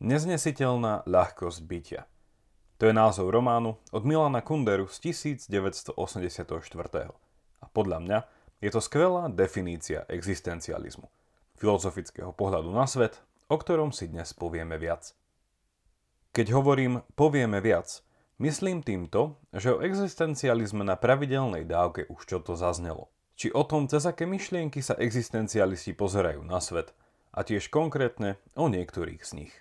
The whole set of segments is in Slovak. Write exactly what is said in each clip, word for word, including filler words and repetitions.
Neznesiteľná ľahkosť bytia. To je názov románu od Milana Kunderu z tisícdeväťstoosemdesiatštyri. A podľa mňa je to skvelá definícia existencializmu, filozofického pohľadu na svet, o ktorom si dnes povieme viac. Keď hovorím povieme viac, myslím týmto, že o existencializme na pravidelnej dávke už čo to zaznelo. Či o tom, cez aké myšlienky sa existencialisti pozerajú na svet a tiež konkrétne o niektorých z nich.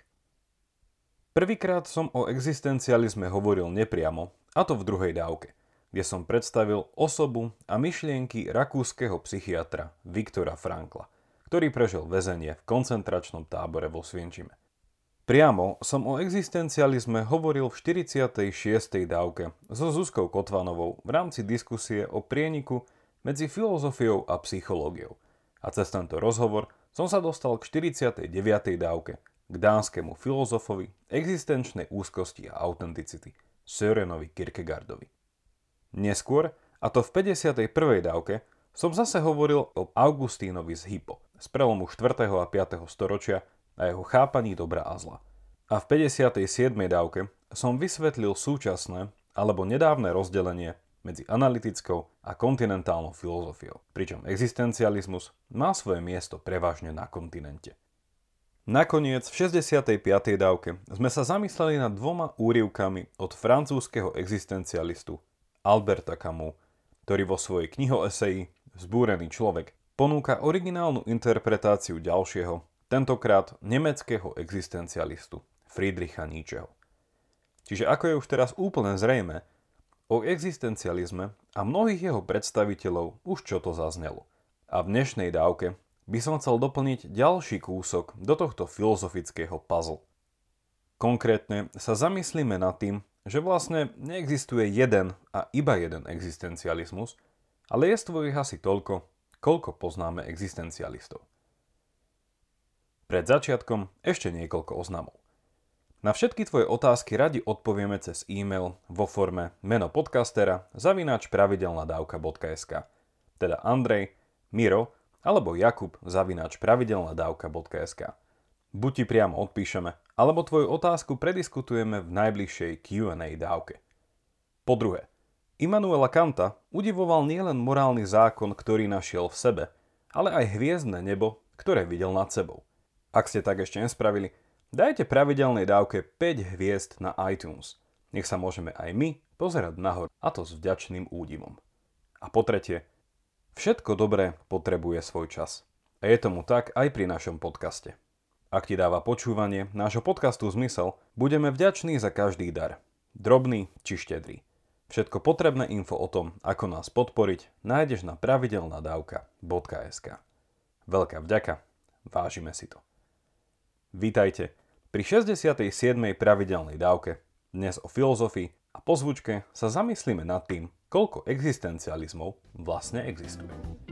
Prvýkrát som o existencializme hovoril nepriamo, a to v druhej dávke, kde som predstavil osobu a myšlienky rakúskeho psychiatra Viktora Frankla, ktorý prežil väzenie v koncentračnom tábore vo Svienčime. Priamo som o existencializme hovoril v štyridsiatej šiestej dávke so Zuzkou Kotvanovou v rámci diskusie o prieniku medzi filozofiou a psychológiou. A cez tento rozhovor som sa dostal k štyridsiatej deviatej dávke, k dánskemu filozofovi existenčnej úzkosti a autenticity, Sørenovi Kierkegaardovi. Neskôr, a to v päťdesiatej prvej dávke, som zase hovoril o Augustínovi z Hippo z prelomu štvrtého a piateho storočia a jeho chápaní dobra a zla. A v päťdesiatej siedmej dávke som vysvetlil súčasné alebo nedávne rozdelenie medzi analytickou a kontinentálnou filozofiou, pričom existencializmus má svoje miesto prevažne na kontinente. Nakoniec v šesťdesiatej piatej dávke sme sa zamysleli nad dvoma úryvkami od francúzskeho existencialistu Alberta Camus, ktorý vo svojej knihoeseji Vzbúrený človek ponúka originálnu interpretáciu ďalšieho, tentokrát nemeckého existencialistu Friedricha Nietzscheho. Čiže ako je už teraz úplne zrejmé, o existencializme a mnohých jeho predstaviteľov už čo to zaznelo. A v dnešnej dávke by som chcel doplniť ďalší kúsok do tohto filozofického puzzle. Konkrétne sa zamyslíme nad tým, že vlastne neexistuje jeden a iba jeden existencializmus, ale je ich asi toľko, koľko poznáme existencialistov. Pred začiatkom ešte niekoľko oznamov. Na všetky tvoje otázky radi odpovieme cez e-mail vo forme meno podcastera zavináč pravidelnadavka bodka es ká, teda Andrej, Miro alebo Jakub zavináč pravidelnadavka bodka es ká. Buď ti priamo odpíšeme, alebo tvoju otázku prediskutujeme v najbližšej kjú end ej dávke. Po druhé, Immanuela Kanta udivoval nielen morálny zákon, ktorý našiel v sebe, ale aj hviezdne nebo, ktoré videl nad sebou. Ak ste tak ešte nespravili, dajte pravidelnej dávke päť hviezd na iTunes. Nech sa môžeme aj my pozerať nahor, a to s vďačným údivom. A po tretie, všetko dobré potrebuje svoj čas. A je tomu tak aj pri našom podcaste. Ak ti dáva počúvanie nášho podcastu zmysel, budeme vďační za každý dar. Drobný či štedrý. Všetko potrebné info o tom, ako nás podporiť, nájdeš na pravidelnadavka bodka es ká. Veľká vďaka, vážime si to. Vítajte pri šesťdesiatej siedmej pravidelnej dávke. Dnes o filozofii a po zvučke sa zamyslíme nad tým, koľko existencializmov vlastne existuje.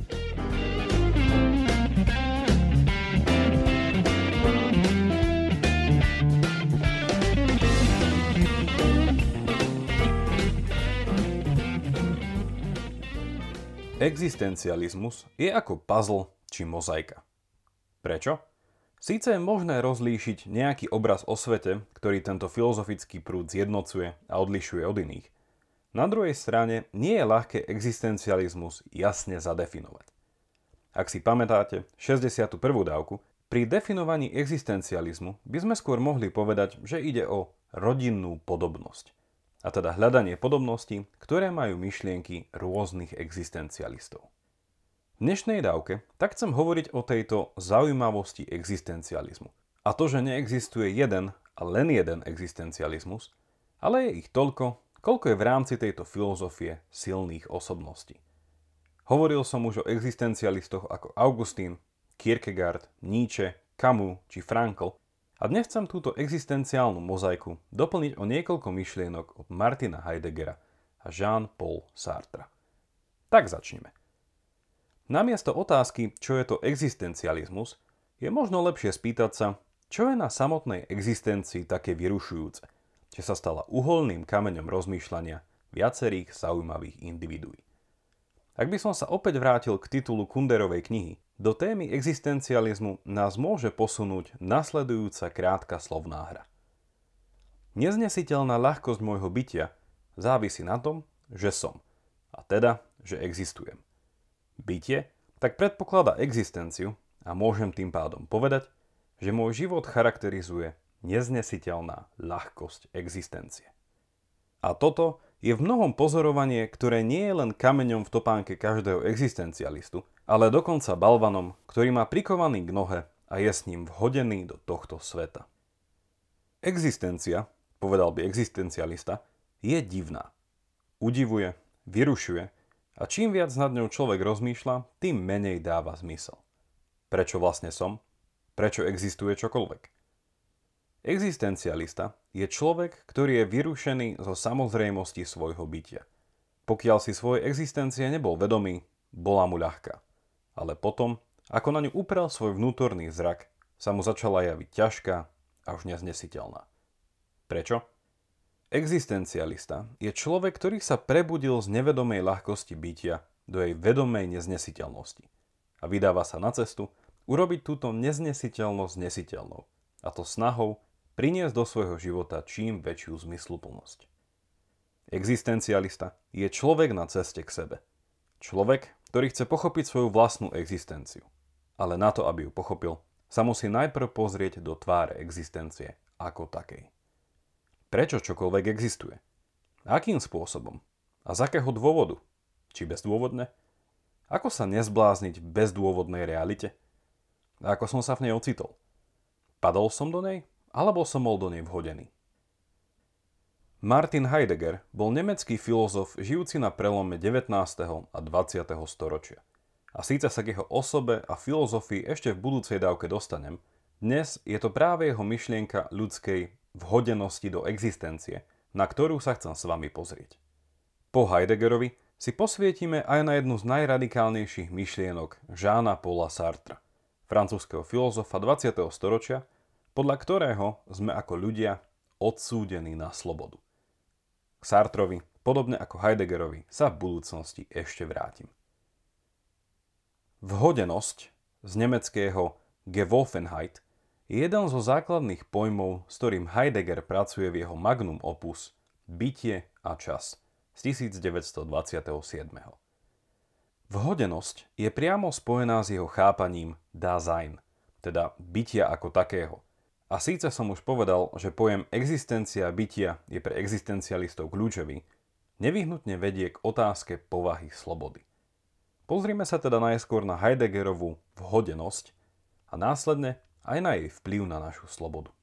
Existencializmus je ako puzzle či mozaika. Prečo? Síce je možné rozlíšiť nejaký obraz o svete, ktorý tento filozofický prúd zjednocuje a odlišuje od iných. Na druhej strane nie je ľahké existencializmus jasne zadefinovať. Ak si pamätáte šesťdesiatu prvú dávku, pri definovaní existencializmu by sme skôr mohli povedať, že ide o rodinnú podobnosť. A teda hľadanie podobností, ktoré majú myšlienky rôznych existencialistov. V dnešnej dávke tak chcem hovoriť o tejto zaujímavosti existencializmu. A to, že neexistuje jeden a len jeden existencializmus, ale je ich toľko, koľko je v rámci tejto filozofie silných osobností. Hovoril som už o existencialistoch ako Augustín, Kierkegaard, Nietzsche, Camus či Frankl a dnes chcem túto existenciálnu mozaiku doplniť o niekoľko myšlienok od Martina Heideggera a Jean-Paul Sartra. Tak začneme. Namiesto otázky, čo je to existencializmus, je možno lepšie spýtať sa, čo je na samotnej existencii také vyrušujúce, že sa stala uholným kameňom rozmýšľania viacerých zaujímavých individuí. Ak by som sa opäť vrátil k titulu Kunderovej knihy, Do témy existencializmu nás môže posunúť nasledujúca krátka slovná hra. Neznesiteľná ľahkosť môjho bytia závisí na tom, že som, a teda, že existujem. Bytie tak predpokladá existenciu a môžem tým pádom povedať, že môj život charakterizuje neznesiteľná ľahkosť existencie. A toto je v mnohom pozorovanie, ktoré nie je len kameňom v topánke každého existencialistu, ale dokonca balvanom, ktorý má prikovaný k nohe a je s ním vhodený do tohto sveta. Existencia, povedal by existencialista, je divná. Udivuje, vyrušuje a čím viac nad ňou človek rozmýšľa, tým menej dáva zmysel. Prečo vlastne som? Prečo existuje čokoľvek? Existencialista je človek, ktorý je vyrušený zo samozrejmosti svojho bytia. Pokiaľ si svojej existencie nebol vedomý, bola mu ľahká. Ale potom, ako na ňu uprel svoj vnútorný zrak, sa mu začala javiť ťažká a už neznesiteľná. Prečo? Existencialista je človek, ktorý sa prebudil z nevedomej ľahkosti bytia do jej vedomej neznesiteľnosti a vydáva sa na cestu urobiť túto neznesiteľnosť nesiteľnou, a to snahou priniesť do svojho života čím väčšiu zmysluplnosť. Existencialista je človek na ceste k sebe. Človek, ktorý chce pochopiť svoju vlastnú existenciu. Ale na to, aby ju pochopil, sa musí najprv pozrieť do tváre existencie ako takej. Prečo čokoľvek existuje? Akým spôsobom? A z akého dôvodu? Či bezdôvodne? Ako sa nezblázniť v bezdôvodnej realite? A ako som sa v nej ocitol? Padol som do nej? Alebo som bol do nej vhodený? Martin Heidegger bol nemecký filozof žijúci na prelome devätnásteho a dvadsiateho storočia. A síce sa k jeho osobe a filozofii ešte v budúcej dávke dostanem, dnes je to práve jeho myšlienka ľudskej vhodenosti do existencie, na ktorú sa chcem s vami pozrieť. Po Heideggerovi si posvietime aj na jednu z najradikálnejších myšlienok Jeana Paula Sartra, francúzskeho filozofa dvadsiateho storočia, podľa ktorého sme ako ľudia odsúdení na slobodu. K Sartrovi, podobne ako Heideggerovi, sa v budúcnosti ešte vrátim. Vhodenosť z nemeckého Gewoffenheit je jeden zo základných pojmov, s ktorým Heidegger pracuje v jeho magnum opus Bytie a čas z devätnásťstodvadsaťsedem. Vhodenosť je priamo spojená s jeho chápaním Dasein, teda bytia ako takého. A síce som už povedal, že pojem existencia bytia je pre existencialistov kľúčový, nevyhnutne vedie k otázke povahy slobody. Pozrime sa teda najskôr na Heideggerovú vhodenosť a následne aj na jej vplyv na našu slobodu.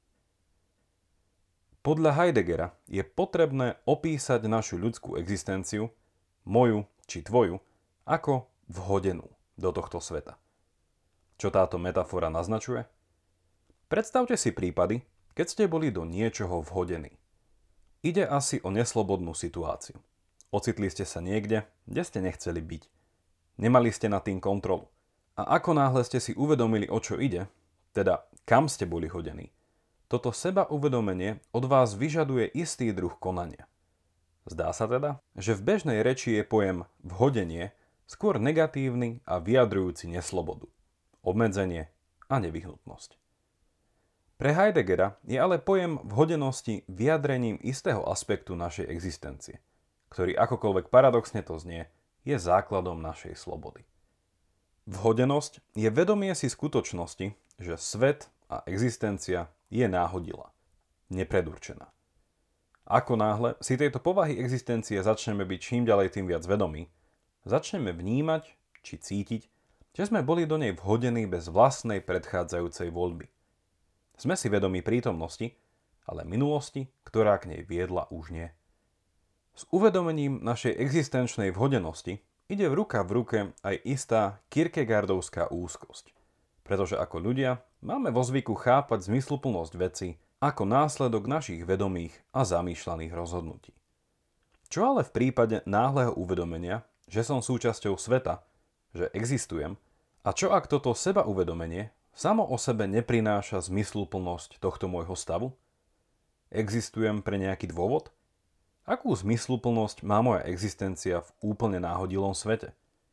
Podľa Heideggera je potrebné opísať našu ľudskú existenciu, moju či tvoju, ako vhodenú do tohto sveta. Čo táto metafora naznačuje? Predstavte si prípady, keď ste boli do niečoho vhodení. Ide asi o neslobodnú situáciu. Ocitli ste sa niekde, kde ste nechceli byť. Nemali ste nad tým kontrolu. A ako náhle ste si uvedomili, o čo ide, teda kam ste boli hodení, toto seba uvedomenie od vás vyžaduje istý druh konania. Zdá sa teda, že v bežnej reči je pojem vhodenie skôr negatívny a vyjadrujúci neslobodu, obmedzenie a nevyhnutnosť. Pre Heideggera je ale pojem vhodenosti vyjadrením istého aspektu našej existencie, ktorý akokoľvek paradoxne to znie, je základom našej slobody. Vhodenosť je vedomie si skutočnosti, že svet a existencia je náhodila, nepredurčená. Ako náhle si tejto povahy existencie začneme byť čím ďalej tým viac vedomí, začneme vnímať či cítiť, že sme boli do nej vhodení bez vlastnej predchádzajúcej voľby. Sme si vedomí prítomnosti, ale minulosti, ktorá k nej viedla, už nie. S uvedomením našej existenčnej vhodenosti ide v ruka v ruke aj istá kierkegaardovská úzkosť. Pretože ako ľudia máme vo zvyku chápať zmysluplnosť veci ako následok našich vedomých a zamýšľaných rozhodnutí. Čo ale v prípade náhleho uvedomenia, že som súčasťou sveta, že existujem, a čo ak toto seba uvedomenie samo o sebe neprináša zmysluplnosť tohto môjho stavu? Existujem pre nejaký dôvod? Akú zmysluplnosť má moja existencia v úplne náhodilom svete?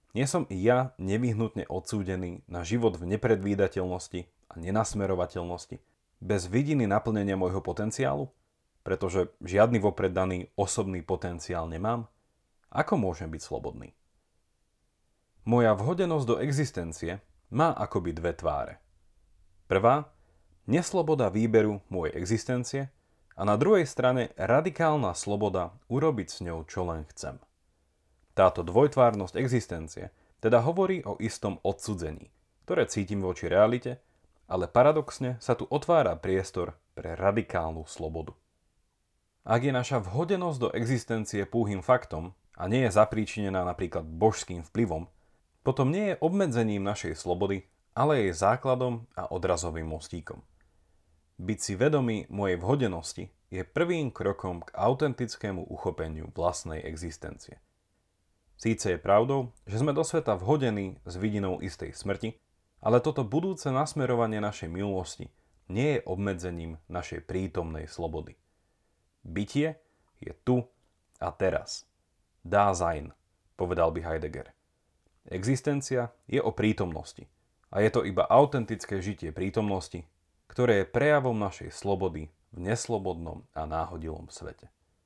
Nie som i ja nevyhnutne odsúdený na život v nepredvídateľnosti a nenasmerovateľnosti, bez vidiny naplnenia môjho potenciálu? Pretože žiadny vopred daný osobný potenciál nemám? Ako môžem byť slobodný? Moja vhodenosť do existencie má akoby dve tváre. Prvá, nesloboda výberu mojej existencie a na druhej strane radikálna sloboda urobiť s ňou čo len chcem. Táto dvojtvárnosť existencie teda hovorí o istom odsudzení, ktoré cítim voči realite, ale paradoxne sa tu otvára priestor pre radikálnu slobodu. Ak je naša vhodenosť do existencie púhym faktom a nie je zapríčinená napríklad božským vplyvom, potom nie je obmedzením našej slobody, ale jej základom a odrazovým mostíkom. Byť si vedomý mojej vhodenosti je prvým krokom k autentickému uchopeniu vlastnej existencie. Síce je pravdou, že sme do sveta vhodení s vidinou istej smrti, ale toto budúce nasmerovanie našej minulosti nie je obmedzením našej prítomnej slobody. Bytie je tu a teraz. Dasein, povedal by Heidegger. Existencia je o prítomnosti a je to iba autentické žitie prítomnosti, ktoré je prejavom našej slobody v neslobodnom a náhodilom svete.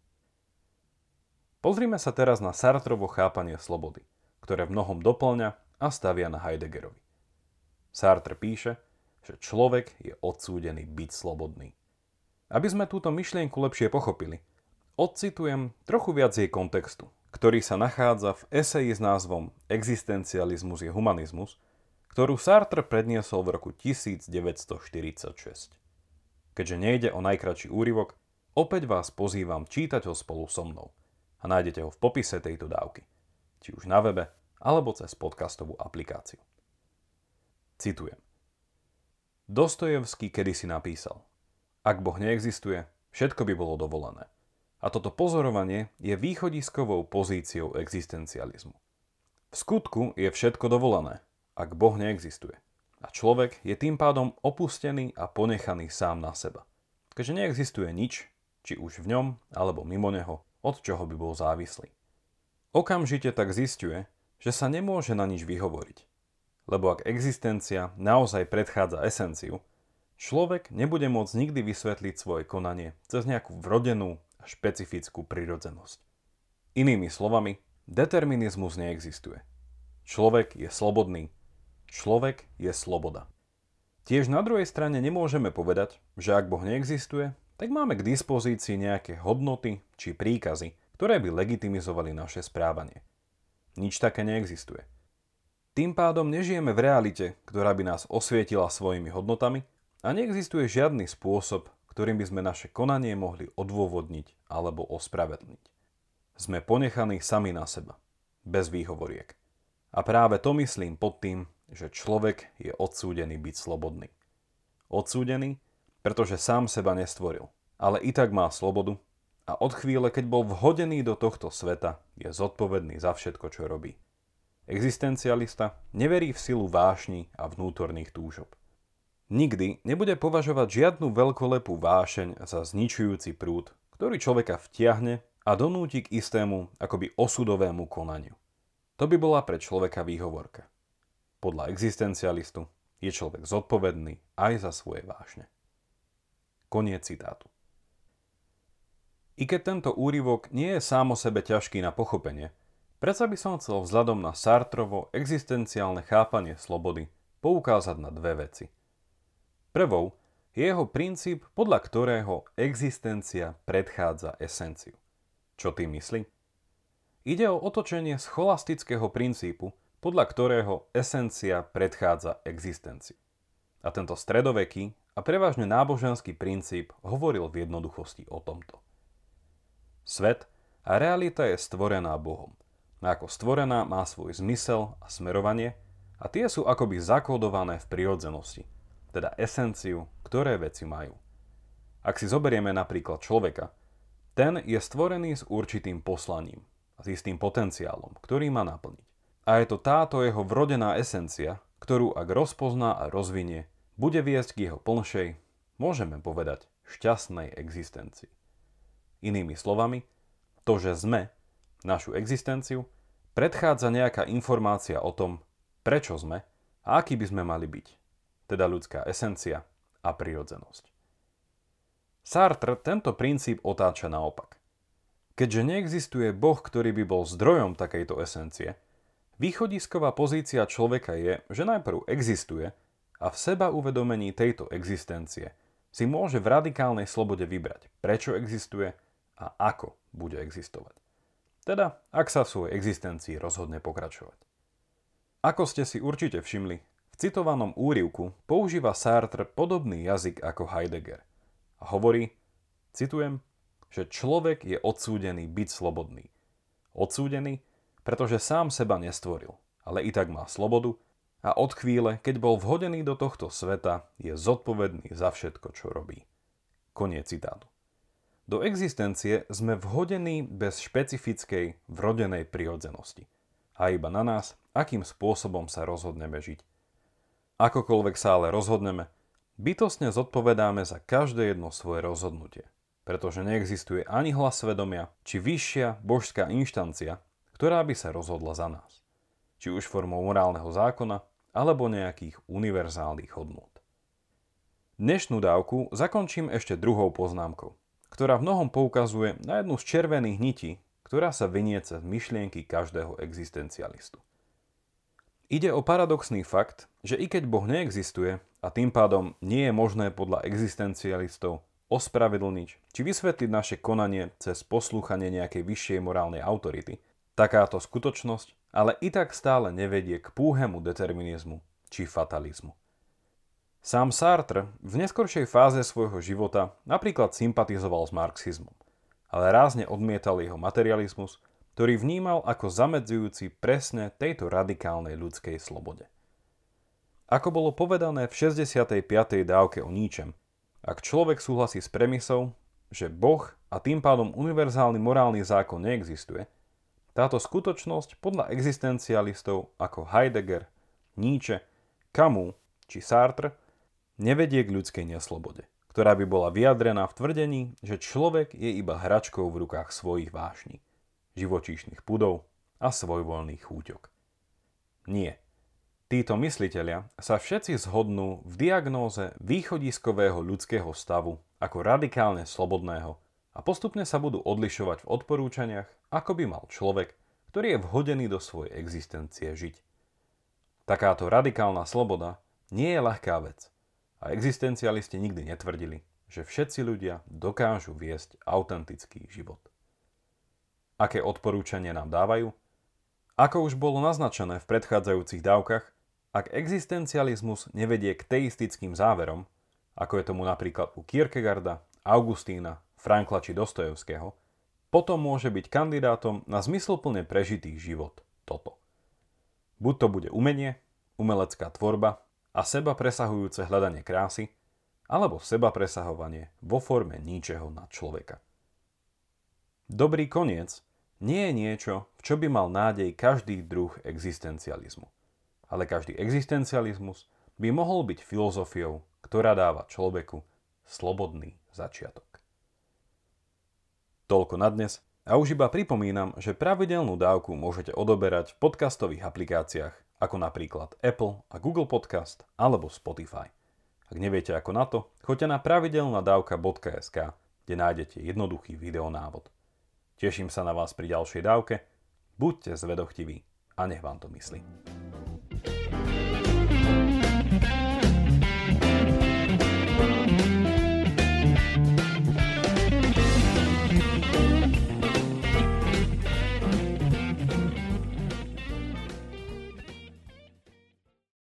Pozrime sa teraz na Sartrovo chápanie slobody, ktoré v mnohom doplňa a stavia na Heideggerovi. Sartre píše, že človek je odsúdený byť slobodný. Aby sme túto myšlienku lepšie pochopili, odcitujem trochu viac jej kontextu, ktorý sa nachádza v eseji s názvom Existencializmus je humanizmus, ktorú Sartre predniesol v roku devätnásťstoštyridsaťšesť. Keďže nejde o najkratší úryvok, opäť vás pozývam čítať ho spolu so mnou a nájdete ho v popise tejto dávky, či už na webe, alebo cez podcastovú aplikáciu. Citujem. Dostojevský kedysi napísal: Ak Boh neexistuje, všetko by bolo dovolené. A toto pozorovanie je východiskovou pozíciou existencializmu. V skutku je všetko dovolené, ak Boh neexistuje. A človek je tým pádom opustený a ponechaný sám na seba. Keďže neexistuje nič, či už v ňom, alebo mimo neho, od čoho by bol závislý. Okamžite tak zisťuje, že sa nemôže na nič vyhovoriť. Lebo ak existencia naozaj predchádza esenciu, človek nebude môcť nikdy vysvetliť svoje konanie cez nejakú vrodenú a špecifickú prirodzenosť. Inými slovami, determinizmus neexistuje. Človek je slobodný. Človek je sloboda. Tiež na druhej strane nemôžeme povedať, že ak Boh neexistuje, tak máme k dispozícii nejaké hodnoty či príkazy, ktoré by legitimizovali naše správanie. Nič také neexistuje. Tým pádom nežijeme v realite, ktorá by nás osvietila svojimi hodnotami a neexistuje žiadny spôsob, ktorým by sme naše konanie mohli odôvodniť alebo ospravedlniť. Sme ponechaní sami na seba, bez výhovoriek. A práve to myslím pod tým, že človek je odsúdený byť slobodný. Odsúdený, pretože sám seba nestvoril, ale i tak má slobodu a od chvíle, keď bol vhodený do tohto sveta, je zodpovedný za všetko, čo robí. Existencialista neverí v silu vášni a vnútorných túžob. Nikdy nebude považovať žiadnu veľkolepú vášeň za zničujúci prúd, ktorý človeka vtiahne a donúti k istému akoby osudovému konaniu. To by bola pre človeka výhovorka. Podľa existencialistu je človek zodpovedný aj za svoje vášne. Koniec citátu. I keď tento úryvok nie je sám o sebe ťažký na pochopenie, predsa by som chcel vzhľadom na Sartrovo existenciálne chápanie slobody poukázať na dve veci. Prvou je jeho princíp, podľa ktorého existencia predchádza esenciu. Čo tým myslí? Ide o otočenie scholastického princípu, podľa ktorého esencia predchádza existencii. A tento stredoveký a prevažne náboženský princíp hovoril v jednoduchosti o tomto. Svet a realita je stvorená Bohom. A ako stvorená má svoj zmysel a smerovanie a tie sú akoby zakódované v prirodzenosti, teda esenciu, ktoré veci majú. Ak si zoberieme napríklad človeka, ten je stvorený s určitým poslaním a s istým potenciálom, ktorý má naplniť. A je to táto jeho vrodená esencia, ktorú ak rozpozná a rozvinie, bude viesť k jeho plnšej, môžeme povedať, šťastnej existencii. Inými slovami, to, že sme, našu existenciu, predchádza nejaká informácia o tom, prečo sme a aký by sme mali byť, teda ľudská esencia a prirodzenosť. Sartre tento princíp otáča naopak. Keďže neexistuje Boh, ktorý by bol zdrojom takejto esencie, východisková pozícia človeka je, že najprv existuje a v seba uvedomení tejto existencie si môže v radikálnej slobode vybrať, prečo existuje a ako bude existovať. Teda, ak sa v svojej existencii rozhodne pokračovať. Ako ste si určite všimli, v citovanom úryvku používa Sartre podobný jazyk ako Heidegger a hovorí, citujem, že človek je odsúdený byť slobodný. Odsúdený, pretože sám seba nestvoril, ale i tak má slobodu a od chvíle, keď bol vhodený do tohto sveta, je zodpovedný za všetko, čo robí. Koniec citátu. Do existencie sme vhodení bez špecifickej vrodenej prirodzenosti a iba na nás, akým spôsobom sa rozhodneme žiť. Akokoľvek sa ale rozhodneme, bytostne zodpovedáme za každé jedno svoje rozhodnutie, pretože neexistuje ani hlas svedomia, či vyššia božská inštancia, ktorá by sa rozhodla za nás, či už formou morálneho zákona, alebo nejakých univerzálnych hodnôt. Dnešnú dávku zakončím ešte druhou poznámkou, ktorá v mnohom poukazuje na jednu z červených nití, ktorá sa vynie cez myšlienky každého existencialistu. Ide o paradoxný fakt, že i keď Boh neexistuje a tým pádom nie je možné podľa existencialistov ospravedlniť či vysvetliť naše konanie cez poslúchanie nejakej vyššej morálnej autority, takáto skutočnosť ale i tak stále nevedie k púhemu determinizmu či fatalizmu. Sám Sartre v neskoršej fáze svojho života napríklad sympatizoval s marxizmom, ale rázne odmietal jeho materializmus, ktorý vnímal ako zamedzujúci presne tejto radikálnej ľudskej slobode. Ako bolo povedané v šesťdesiatej piatej dávke o Nietzschem, ak človek súhlasí s premisou, že Boh a tým pádom univerzálny morálny zákon neexistuje, táto skutočnosť podľa existencialistov ako Heidegger, Nietzsche, Camus či Sartre nevedie k ľudskej neslobode, ktorá by bola vyjadrená v tvrdení, že človek je iba hračkou v rukách svojich vášní, živočíšnych pudov a svojvoľných chúťok. Nie. Títo myslitelia sa všetci zhodnú v diagnóze východiskového ľudského stavu ako radikálne slobodného a postupne sa budú odlišovať v odporúčaniach, ako by mal človek, ktorý je vhodený do svojej existencie žiť. Takáto radikálna sloboda nie je ľahká vec a existencialisti nikdy netvrdili, že všetci ľudia dokážu viesť autentický život. Aké odporúčania nám dávajú? Ako už bolo naznačené v predchádzajúcich dávkach, ak existencializmus nevedie k teistickým záverom, ako je tomu napríklad u Kierkegaarda, Augustína, Frankla či Dostojevského, potom môže byť kandidátom na zmysluplne prežitý život toto. Buď to bude umenie, umelecká tvorba a seba presahujúce hľadanie krásy, alebo seba presahovanie vo forme ničeho nad človeka. Dobrý koniec nie je niečo, v čo by mal nádej každý druh existencializmu. Ale každý existencializmus by mohol byť filozofiou, ktorá dáva človeku slobodný začiatok. Toľko na dnes a už iba pripomínam, že pravidelnú dávku môžete odoberať v podcastových aplikáciách ako napríklad Apple a Google Podcast alebo Spotify. Ak neviete ako na to, choďte na pravidelnadavka bodka es ká, kde nájdete jednoduchý videonávod. Teším sa na vás pri ďalšej dávke, buďte zvedochtiví a nech vám to myslí.